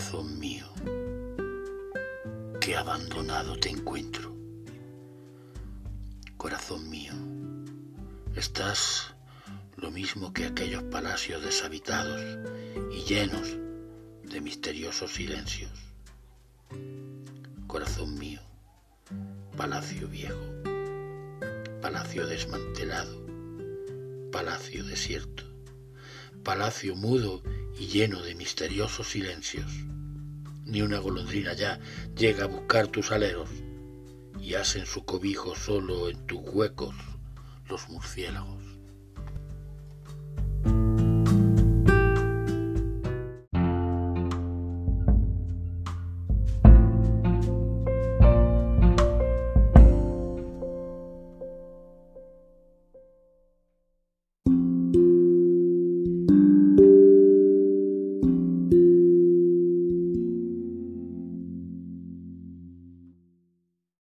Corazón mío, que abandonado te encuentro. Corazón mío, estás lo mismo que aquellos palacios deshabitados y llenos de misteriosos silencios. Corazón mío, palacio viejo, palacio desmantelado, palacio desierto, palacio mudo y lleno de misteriosos silencios. Ni una golondrina ya llega a buscar tus aleros y hacen su cobijo solo en tus huecos los murciélagos.